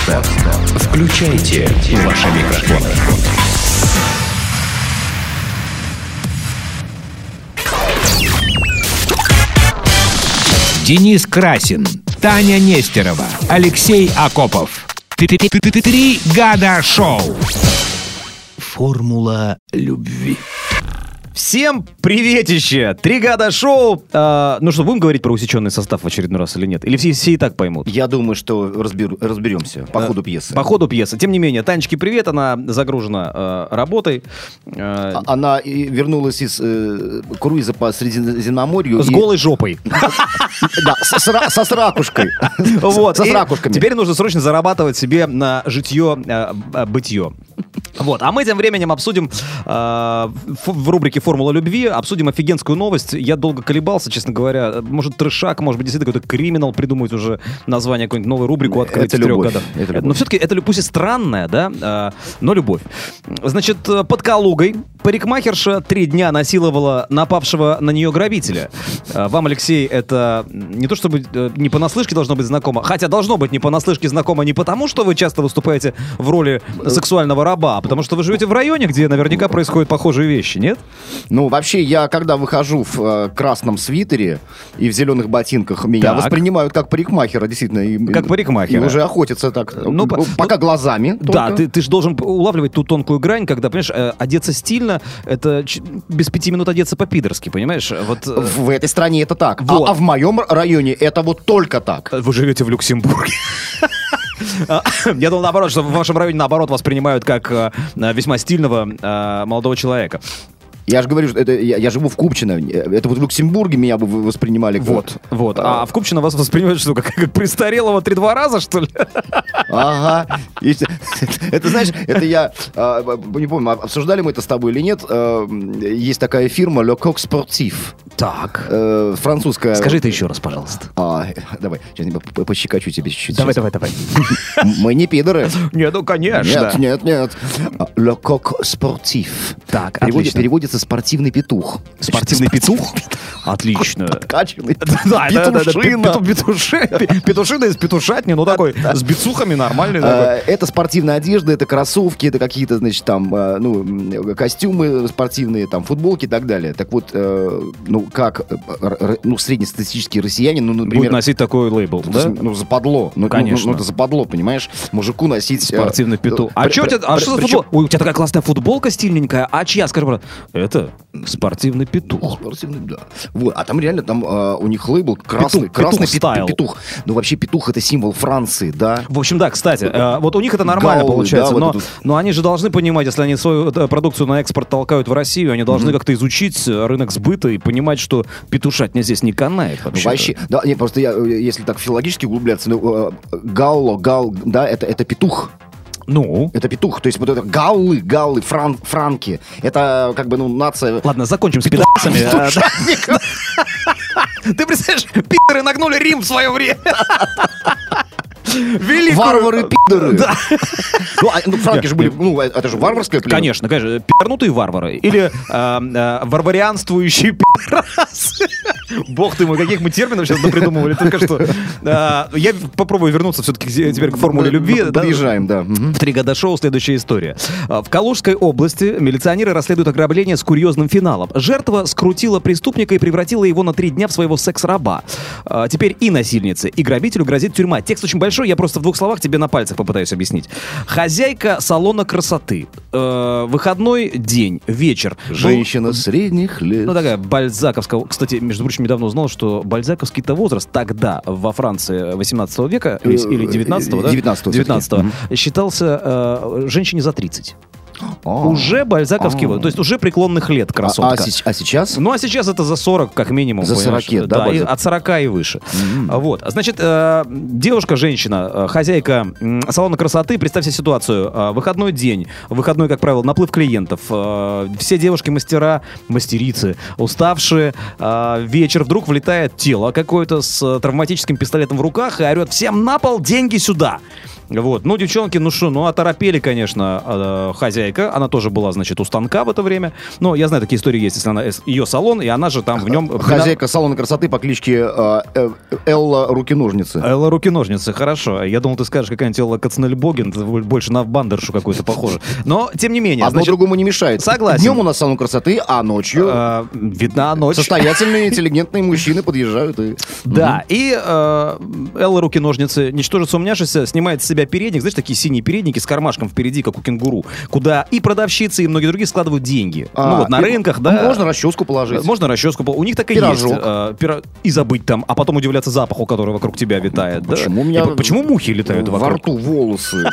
Включайте ваши микрофоны. Денис Красин, Таня Нестерова, Алексей Акопов. Три года шоу. Формула любви. Всем приветище! 3 года шоу. Ну что, будем говорить про усеченный состав в очередной раз или нет? Или все и так поймут? Я думаю, что разберемся по ходу пьесы. По ходу пьесы. Тем не менее, Танечке привет, она загружена работой. Она вернулась из круиза по Средиземноморью. С голой жопой. Да, с ракушкой. Вот. С ракушками. Теперь нужно срочно зарабатывать себе на житье-бытье. Вот. А мы тем временем обсудим в рубрике «Формула любви», обсудим офигенскую новость. Я долго колебался, честно говоря. Может, трешак, может быть, действительно какой-то криминал придумать уже название, какую-нибудь новую рубрику открыть в 3 годах. Но все-таки это пусть и странная, да, но любовь. Значит, под Калугой парикмахерша 3 дня насиловала напавшего на нее грабителя. Вам, Алексей, это не то чтобы не понаслышке должно быть знакомо, хотя должно быть не понаслышке знакомо не потому, что вы часто выступаете в роли сексуального раба, а потому что вы живете в районе, где наверняка происходят похожие вещи, нет? Ну, вообще, я когда выхожу в красном свитере и в зеленых ботинках, меня воспринимают как парикмахера, действительно. Как парикмахера. И уже охотятся так, пока глазами. Да, ты же должен улавливать ту тонкую грань, когда, понимаешь, одеться стильно, это без 5 минут одеться по-пидорски, понимаешь? Вот, в этой стране это так. Вот. А в моем районе это вот только так. Вы живете в Люксембурге. Я думал, наоборот, что в вашем районе, наоборот, воспринимают как весьма стильного молодого человека. Я же говорю, что я живу в Купчино. Это вот в Люксембурге меня бы воспринимали. Вот. А в Купчино вас воспринимают что, как престарелого 3-2 раза, что ли? Ага. Это, знаешь, это я... Не помню, обсуждали мы это с тобой или нет. Есть такая фирма Le Coq Sportif. Так. Французская. Скажи это еще раз, пожалуйста. Давай, сейчас я пощекочу тебе чуть-чуть. Давай. Мы не пидоры. Нет, ну конечно. Нет. Le Coq Sportif. Так, отлично. Переводится спортивный петух. Спортивный петух? Отлично. Подкачанный. Да, петушина. Петушина из петушатни, ну такой, с бицухами нормальный такой. Это спортивная одежда, это кроссовки, это какие-то, значит, там, костюмы спортивные, там, футболки и так далее. Так вот, как среднестатистический россиянин, например... Будет носить такой лейбл, да? Западло. Конечно. Это западло, понимаешь? Мужику носить... Спортивный петух. А что за футболка? Ой, у тебя такая классная футболка стильненькая. А чья, скажи, брат? Это спортивный петух. Спортивный, да. Вот, а там реально, у них лейбл красный петух. Ну, вообще, петух — это символ Франции, да? В общем, да, кстати, вот у них это нормально получается, да, но они же должны понимать, если они свою продукцию на экспорт толкают в Россию, они должны как-то изучить рынок сбыта и понимать, что петушатня здесь не канает вообще. Да, просто если так филологически углубляться, да, это петух. Ну? Это петух, то есть вот это галлы, франки. Это как бы, нация... Ладно, закончим с пидорасами. Ты представляешь, пидоры нагнули Рим в свое время. Варвары-пидоры. Да. Франки же были, это же варварское племя. Конечно, пидорнутые варвары. Или варварианствующие пидорасы. Бог ты мой, каких мы терминов сейчас напридумывали только что. Я попробую вернуться все-таки теперь к формуле любви. Подъезжаем, да. В 3 года шоу следующая история. В Калужской области милиционеры расследуют ограбление с курьезным финалом. Жертва скрутила преступника и превратила его на 3 дня в своего секс-раба. Теперь и насильнице, и грабителю грозит тюрьма. Текст очень большой, я просто в 2 словах тебе на пальцах попытаюсь объяснить. Хозяйка салона красоты. Выходной день, вечер. Женщина средних лет. Такая бальзаковская. Кстати, между прочим, недавно узнал, что бальзаковский-то возраст тогда во Франции 18 века или 19-го, да? 19-го. Считался женщине за 30. Уже бальзаковский возраст. То есть уже преклонных лет красотка. А сейчас? Ну, а сейчас это за 40, как минимум. За 40, да? От 40 и выше. Вот. Значит, девушка, женщина, хозяйка салона красоты, представь себе ситуацию. Выходной день, выходной, как правило, наплыв клиентов. Все девушки-мастера, мастерицы, уставшие. Вечер, вдруг влетает тело какое-то с травматическим пистолетом в руках и орет: всем на пол, деньги сюда. Вот. Ну, девчонки, оторопели, конечно, хозяйка. она тоже была, значит, у станка в это время. Но я знаю, такие истории есть, если она ее салон, и она же там в нем... Хозяйка салона красоты по кличке Элла Руки-ножницы. Элла Руки-ножницы, хорошо. Я думал, ты скажешь, какая-нибудь Элла Кацнельбоген, больше на бандершу какую-то похоже. Но, тем не менее... Одно другому не мешает. Согласен. Днем у нас салон красоты, а ночью... Видна ночь. Состоятельные, интеллигентные мужчины подъезжают и... Да, и Элла Руки-ножницы, ничтоже сумняшися, снимает с себя передник, знаешь, такие синие передники с кармашком впереди, как у кенгуру, куда и продавщицы, и многие другие складывают деньги. Ну вот, на рынках, да. Можно расческу положить. Можно расческу. У них так и Пирожок. есть. И забыть там, а потом удивляться запаху, который вокруг тебя витает. Да? Почему у меня... Почему мухи летают во вокруг? рту волосы.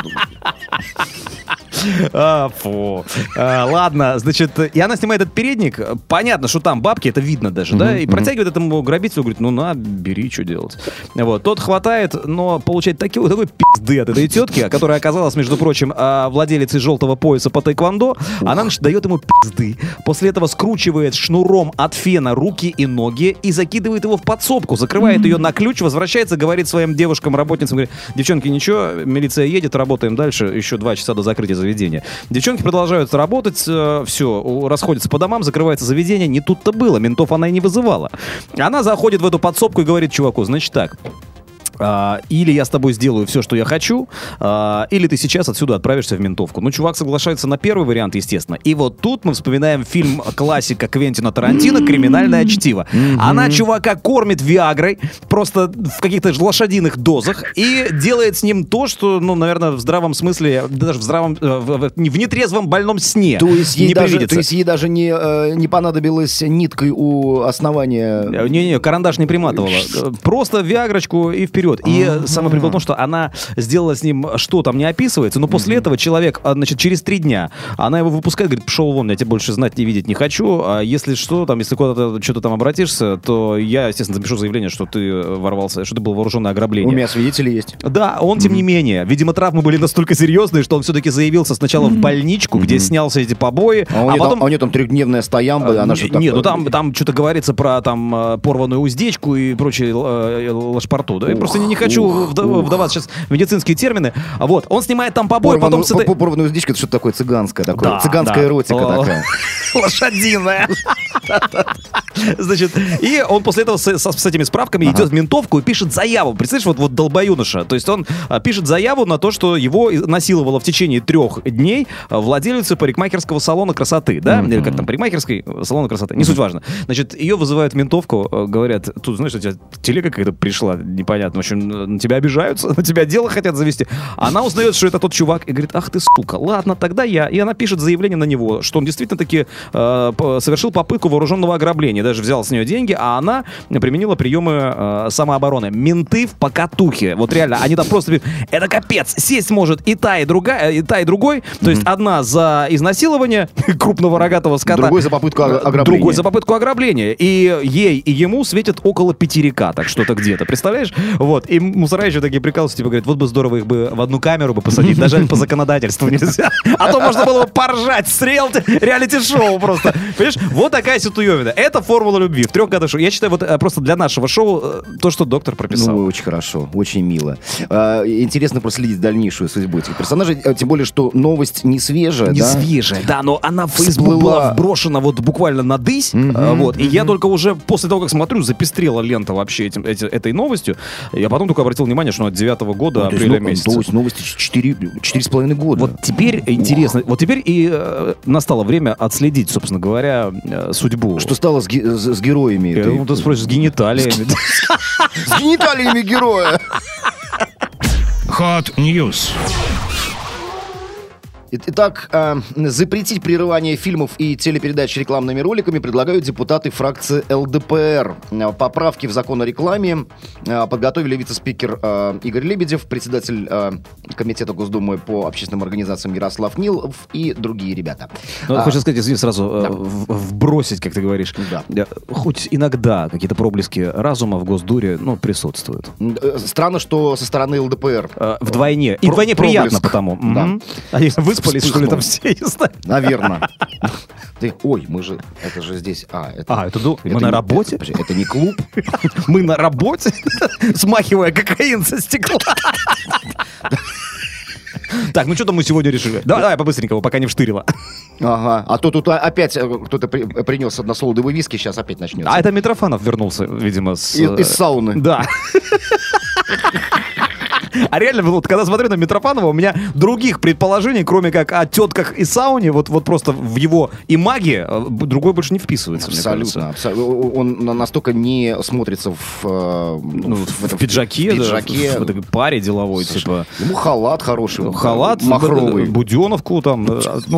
Фу. Ладно, значит, и она снимает этот передник. Понятно, что там бабки, это видно даже, да? И протягивает этому грабителю, говорит, ну на, бери, что делать. Вот. Тот хватает, но получает такой пизды от этой тетки, которая оказалась, между прочим, владелицей желтого пояса по тэквондо. Она, значит, дает ему пизды. После этого скручивает шнуром от фена руки и ноги и закидывает его в подсобку, закрывает ее на ключ, возвращается, говорит своим девушкам, работницам, говорит, девчонки, ничего, милиция едет, работаем дальше, еще 2 часа до закрытия заведения. Девчонки продолжают работать, все, расходятся по домам, закрывается заведение. Не тут-то было, ментов она и не вызывала. Она заходит в эту подсобку и говорит чуваку, значит так, или я с тобой сделаю все, что я хочу, или ты сейчас отсюда отправишься в ментовку. Ну, чувак соглашается на первый вариант, естественно. И вот тут мы вспоминаем фильм классика Квентина Тарантино «Криминальное чтиво». Она чувака кормит виагрой, просто в каких-то лошадиных дозах, и делает с ним то, что, ну, наверное, в здравом смысле, даже в здравом, в нетрезвом больном сне То есть ей не даже, привидится. не понадобилось ниткой у основания... Не-не, карандаш не приматывала. Просто виагрочку и вперед. И самое прикол в том, что она сделала с ним, что там не описывается, но после этого человек, значит, через 3 дня, она его выпускает, говорит, пошел вон, я тебя больше знать, не видеть не хочу, а если что, там, если куда-то что-то там обратишься, то я, естественно, запишу заявление, что ты ворвался, что ты был вооруженное ограбление. У меня свидетели есть. Да, он, тем не менее, видимо, травмы были настолько серьезные, что он все-таки заявился сначала в больничку, где снялся эти побои, А у нее там 3-дневная стоямба, она что-то... Нет, ну там что-то говорится про там порванную уздечку и прочие лошпорту. Да? Я просто не хочу вдаваться сейчас в медицинские термины. Вот, он снимает там побои, потом... Порванную уздечку — это что-то такое цыганское, Да, цыганская да. эротика такая. Лошадиная. Значит, и он после этого с этими справками идет в ментовку и пишет заяву. Представляешь, вот долбоюноша. То есть он пишет заяву на то, что его насиловала в течение 3 дней владелица парикмахерского салона красоты, да? Или как там, парикмахерской салона красоты. Не суть важно. Значит, ее вызывают в ментовку, говорят, тут, знаешь, у тебя телега какая-то пришла, непонятно. В общем, на тебя обижаются, на тебя дело хотят завести. Она узнает, что это тот чувак, и говорит, ах ты сука, ладно, тогда я. И она пишет заявление на него, что он действительно таки совершил попытку вооруженного ограбления, даже взял с нее деньги, а она применила приемы самообороны. Менты в покатухе. Вот реально, они там просто... Это капец. Сесть может и та, и другая, и та, и другой. То есть одна за изнасилование крупного рогатого скота. Другой за попытку ограбления. Другой за попытку ограбления. И ей, и ему светит около 5 река, так что-то где-то. Представляешь? Вот. И мусора еще такие прикалываются, типа, говорят, вот бы здорово их бы в одну камеру бы посадить, даже по законодательству нельзя. А то можно было бы поржать с реалити-шоу просто. Понимаешь? Вот такая ситуевина. Это формула любви. В 3 годах шоу. Я считаю, вот просто для нашего шоу то, что доктор прописал. Ну, очень хорошо, очень мило. Интересно проследить дальнейшую судьбу этих персонажей, тем более, что новость не свежая, Не да? свежая, да, но она в Facebook Всплыла. была вброшена вот буквально на дысь, вот, и я только уже после того, как смотрю, запестрела лента вообще этой новостью, я потом только обратил внимание, что от 9-го года, апреля месяца. То есть новости 4,5 года. Вот теперь интересно, вот теперь и настало время отследить, собственно говоря, судьбу. Что стало с героями? Ну, ты спросишь, с гениталиями. С гениталиями героя. Hot News. Итак, запретить прерывание фильмов и телепередач рекламными роликами предлагают депутаты фракции ЛДПР. Поправки в закон о рекламе подготовили вице-спикер Игорь Лебедев, председатель комитета Госдумы по общественным организациям Ярослав Нилов и другие ребята. Ну, хочется сказать, извини, сразу вбросить, как ты говоришь. Да. Хоть иногда какие-то проблески разума в Госдуре, ну, присутствуют. Странно, что со стороны ЛДПр. Вдвойне. И вдвойне приятно потому. Да. Они выспались, что ли, там все, не знаю. Наверное. Ой, мы же... Это же здесь... Мы на работе? Это не клуб. Мы на работе? Смахивая кокаин со стекла. Так, ну что там мы сегодня решили? Давай побыстренько, пока не вштырило. Ага. А то тут опять кто-то принес односолодовый виски, сейчас опять начнется. А это Митрофанов вернулся, видимо, Из сауны. Да. А реально, вот, когда смотрю на Митрофанова, у меня других предположений, кроме как о тетках и сауне, вот просто в его имаге другой больше не вписывается, Абсолютно. Он настолько не смотрится в пиджаке, в в паре деловой, типа. Ему халат хороший. Халат, махровый. Буденовку там,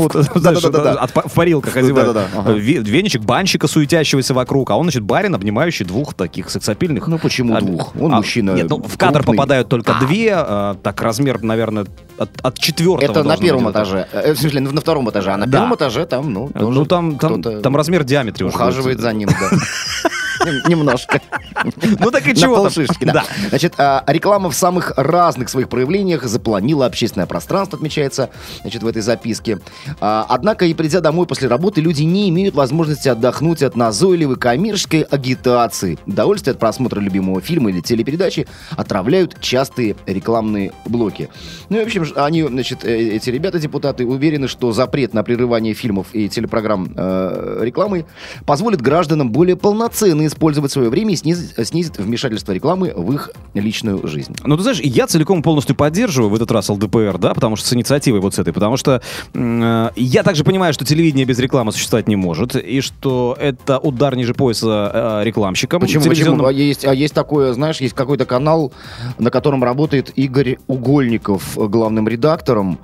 в парилках одевают. Веничек банщика, суетящегося вокруг, а он, значит, барин, обнимающий двух таких сексапильных. Ну почему двух? Он мужчина. Нет, ну в кадр попадают только две. Так, размер, наверное, от четвертого. Это на первом этаже. В смысле, на втором этаже. А на первом этаже там, тоже там размер диаметра уже ухаживает за ним, да. Немножко. Ну так и чего там? На полшишечки, да. Значит, реклама в самых разных своих проявлениях заполонила общественное пространство, отмечается, значит, в этой записке. Однако, и придя домой после работы, люди не имеют возможности отдохнуть от назойливой коммерческой агитации. Удовольствие от просмотра любимого фильма или телепередачи отравляют частые рекламные блоки. Ну и, в общем, они, значит, эти ребята-депутаты уверены, что запрет на прерывание фильмов и телепрограмм рекламой позволит гражданам более полноценно использовать свое время и снизит вмешательство рекламы в их личную жизнь. Ну, ты знаешь, я целиком полностью поддерживаю в этот раз ЛДПР, да, потому что с инициативой вот с этой, потому что я также понимаю, что телевидение без рекламы существовать не может, и что это удар ниже пояса рекламщикам. Почему? Есть такое, знаешь, есть какой-то канал, на котором работает Игорь Угольников главным редактором.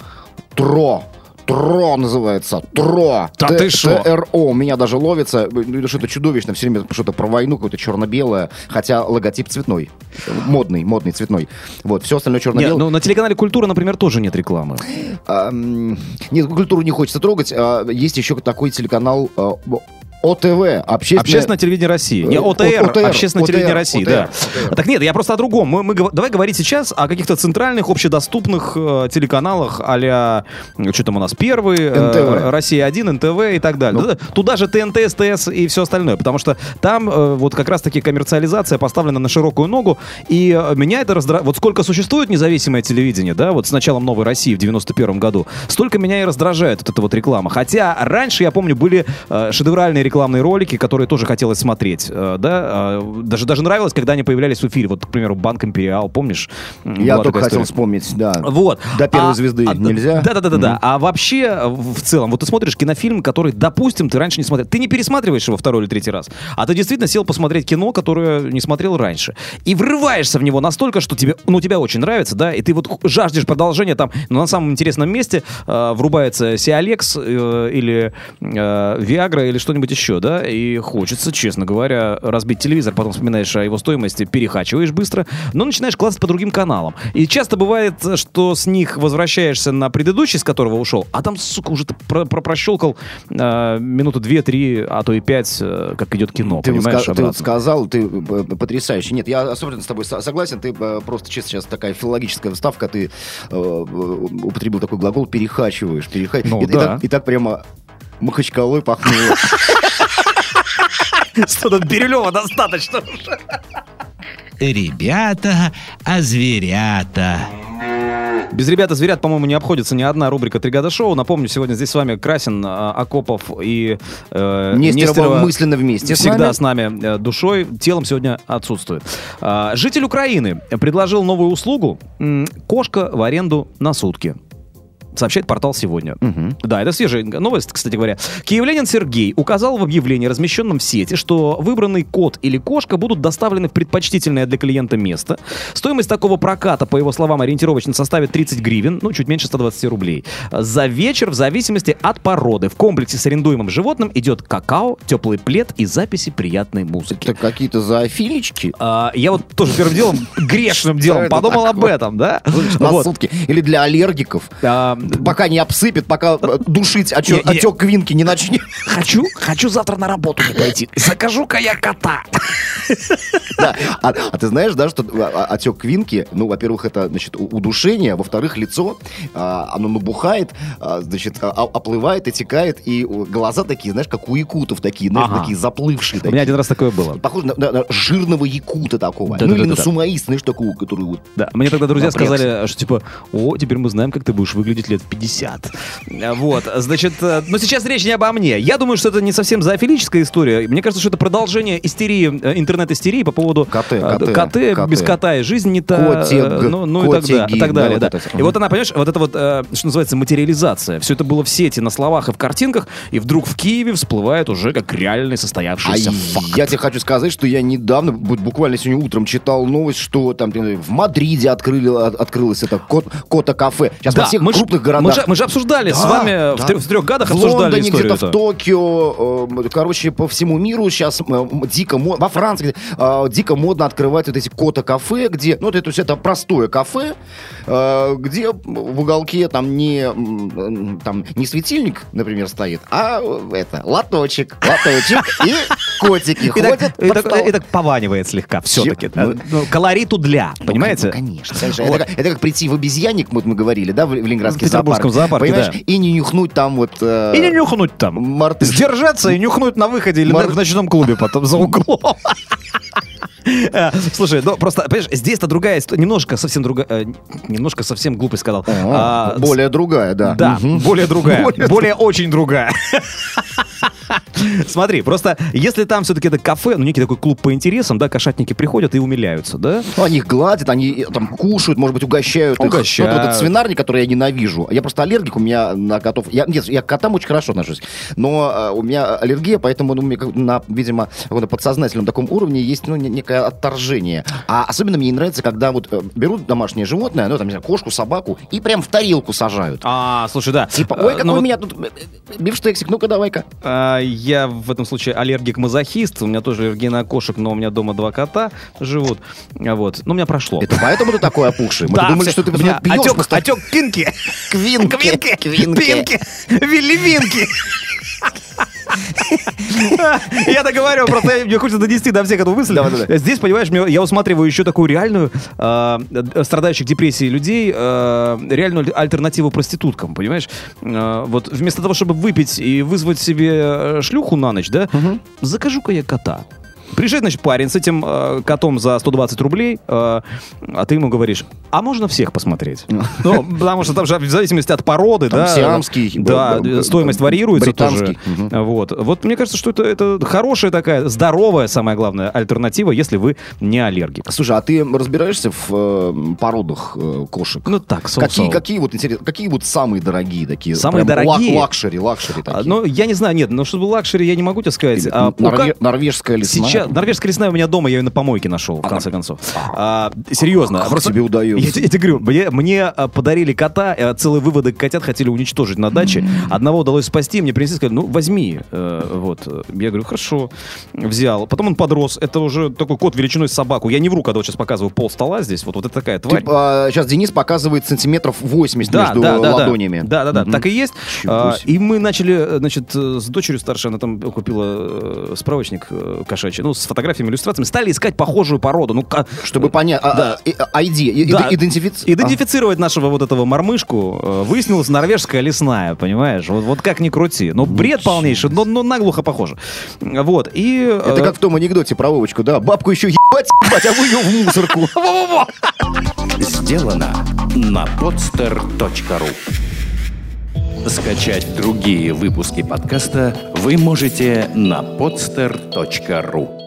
ТРО называется. ТРО. Да ты шо? ТРО. Меня даже ловится. Что-то чудовищно. Все время что-то про войну, какое-то черно-белое. Хотя логотип цветной. Модный, цветной. Вот. Все остальное черно-белое. Нет, ну на телеканале «Культура», например, тоже нет рекламы. Нет, «Культуру» не хочется трогать. Есть еще такой телеканал ОТВ, Общественное телевидение России. Не, ОТР, Общественное телевидение России, да. Так нет, я просто о другом. Давай говорить сейчас о каких-то центральных, общедоступных телеканалах а-ля, что там у нас, Первый, Россия-1, НТВ и так далее. Туда же ТНТ, СТС и все остальное, потому что там вот как раз-таки коммерциализация поставлена на широкую ногу, и меня это раздражает. Вот сколько существует независимое телевидение, да, вот с началом «Новой России» в 91 году, столько меня и раздражает вот эта вот реклама. Хотя раньше, я помню, были шедевральные рекламные ролики, которые тоже хотелось смотреть, да, даже нравилось, когда они появлялись в эфире, вот, к примеру, Банк Империал, помнишь? Я только хотел вспомнить, да. Вот. До первой звезды нельзя. Да. А вообще, в целом, вот ты смотришь кинофильм, который, допустим, ты раньше не смотрел, ты не пересматриваешь его второй или третий раз, а ты действительно сел посмотреть кино, которое не смотрел раньше, и врываешься в него настолько, что тебе очень нравится, да, и ты вот жаждешь продолжения там, но на самом интересном месте врубается Cialex или Viagra или что-нибудь еще, да, и хочется, честно говоря, разбить телевизор, потом вспоминаешь о его стоимости, перехачиваешь быстро, но начинаешь классать по другим каналам. И часто бывает, что с них возвращаешься на предыдущий, с которого ушел, а там, сука, уже ты прощелкал минуты 2-3, а то и 5, как идет кино, понимаешь? Ты вот сказал, ты потрясающий. Нет, я особенно с тобой согласен, ты просто чисто сейчас такая филологическая вставка, ты употребил такой глагол «перехачиваешь». Ну, да. И так прямо махачкалой пахнуло. Что тут Бирюлева достаточно уже. Ребята, а зверята. Без «Ребят и зверят», по-моему, не обходится ни одна рубрика «Три года шоу». Напомню, сегодня здесь с вами Красин, Акопов и Нестерова мысленно вместе всегда с нами душой, телом сегодня отсутствует. Житель Украины предложил новую услугу «Кошка в аренду на сутки». Сообщает портал «Сегодня». Да, это свежая новость, кстати говоря. Киевлянин Сергей указал в объявлении, размещенном в сети, что выбранный кот или кошка будут доставлены в предпочтительное для клиента место. Стоимость такого проката, по его словам, ориентировочно составит 30 гривен, ну, чуть меньше 120 рублей. За вечер, в зависимости от породы. В комплексе с арендуемым животным идет какао, теплый плед и записи приятной музыки. Это какие-то зоофилички? Я вот тоже первым делом, грешным делом подумал об этом, да? На сутки. Или для аллергиков. Пока не обсыпет, пока душить отек квинки не начнет. Хочу завтра на работу не пойти. Закажу-ка я кота. Да. А ты знаешь, да, что отек квинки, ну, во-первых, это, значит, удушение, во-вторых, лицо, оно набухает, значит, оплывает и текает, и глаза такие, знаешь, как у якутов такие, знаешь, такие заплывшие. У меня один раз такое было. Похоже на жирного якута такого. Да, ну, да, или да, на да. сумаиста, знаешь, такого, который вот... Да, мне тогда друзья напрягся. сказали, что типа, теперь мы знаем, как ты будешь выглядеть лет в 50. Вот, значит, но сейчас речь не обо мне. Я думаю, что это не совсем зоофилическая история. Мне кажется, что это продолжение истерии, интернет-истерии по поводу коты без кота, и жизнь не та, Котик, ну и так далее. да, Да. вот это. И вот она, понимаешь, вот это вот, что называется, материализация. Все это было в сети, на словах и в картинках, и вдруг в Киеве всплывает уже как реальный состоявшийся факт. Я тебе хочу сказать, что я недавно, буквально сегодня утром читал новость, что там в Мадриде открылось это кота-кафе. Сейчас во всех крупных городах. Мы же обсуждали с вами в 3 годах в обсуждали Лондоне, историю где-то эту. в Токио, короче, по всему миру сейчас дико модно, во Франции дико модно открывать вот эти кота-кафе, где, ну, то есть это простое кафе, где в уголке там не светильник, например, стоит, а это лоточек и котики ходят. И так пованивает слегка все-таки. Колориту для, понимаете? Ну, конечно. Это как прийти в обезьянник, вот мы говорили, да, в Ленинградский В Петербургском зоопарке, понимаешь, да. и не нюхнуть там вот... И не нюхнуть там. Мартыш. Сдержаться и нюхнуть на выходе или в ночном клубе потом за углом. Слушай, ну просто, понимаешь, здесь-то другая история, немножко совсем глупость сказал. Более другая, да. Да, более другая, более очень другая. Смотри, просто если там все-таки это кафе, ну некий такой клуб по интересам, да, кошатники приходят и умиляются, да? Ну, они их гладят, они там кушают, может быть, угощают их. Угощают. Ну, вот этот свинарник, который я ненавижу. Я просто аллергик, у меня на котов... Я к котам очень хорошо отношусь, но у меня аллергия, поэтому у меня, видимо, на подсознательном таком уровне есть, ну, некое отторжение. А особенно мне не нравится, когда вот берут домашнее животное, ну, там, не знаю, кошку, собаку, и прям в тарелку сажают. Слушай, да. Типа, ой, какой у меня тут бифштексик, ну-ка, давай-ка. Я в этом случае аллергик-мазохист, у меня тоже аллергия на кошек, но у меня дома 2 кота живут, вот, ну, у меня прошло. Это поэтому ты такой опухший? Мы думали, что ты у меня пьешь. отек кинки. Квинки. Вилли-винки. Я так говорю, просто мне хочется донести до всех эту мысль. Здесь, понимаешь, я усматриваю еще такую реальную, страдающих депрессией людей, реальную альтернативу проституткам, понимаешь? Вот вместо того, чтобы выпить и вызвать себе шлюху на ночь, да, закажу-ка я кота. Приезжает, значит, парень с этим котом за 120 рублей, а ты ему говоришь, а можно всех посмотреть? Ну, потому что там же в зависимости от породы, там да, сиамский, да, стоимость вариируется британский. тоже. Вот мне кажется, что это хорошая такая, здоровая, самое главное, альтернатива, если вы не аллергик. Слушай, а ты разбираешься в породах кошек? Ну так, какие вот интересно, какие вот самые дорогие такие? Самые дорогие? Лакшери такие. Ну, я не знаю, нет, но чтобы лакшери, я не могу тебе сказать. Норвежская лесная? Сейчас, норвежская лесная у меня дома, я ее на помойке нашел, в конце концов. Серьезно. Как тебе удается? Я тебе говорю, мне подарили кота, целый выводок котят хотели уничтожить на даче. Одного удалось спасти, мне принесли, сказали, ну, возьми. Вот. Я говорю, хорошо. Взял. Потом он подрос. Это уже такой кот величиной с собаку. Я не вру, когда вот сейчас показываю пол стола здесь. Вот это такая тварь. Сейчас Денис показывает сантиметров 80 между ладонями. Да, так и есть. И мы начали, значит, с дочерью старшей, она там купила справочник кошачий, ну, с фотографиями, иллюстрациями, стали искать похожую породу. Ну, чтобы понять, идентифицировать нашего вот этого мормышку, выяснилось, норвежская лесная, понимаешь? Вот как ни крути. Ну, бред полнейший, но наглухо похоже. Вот, и... Это как в том анекдоте про Вовочку, да? Бабку еще ебать, а вы ее в мусорку. Сделано на podster.ru. Скачать другие выпуски подкаста вы можете на podster.ru.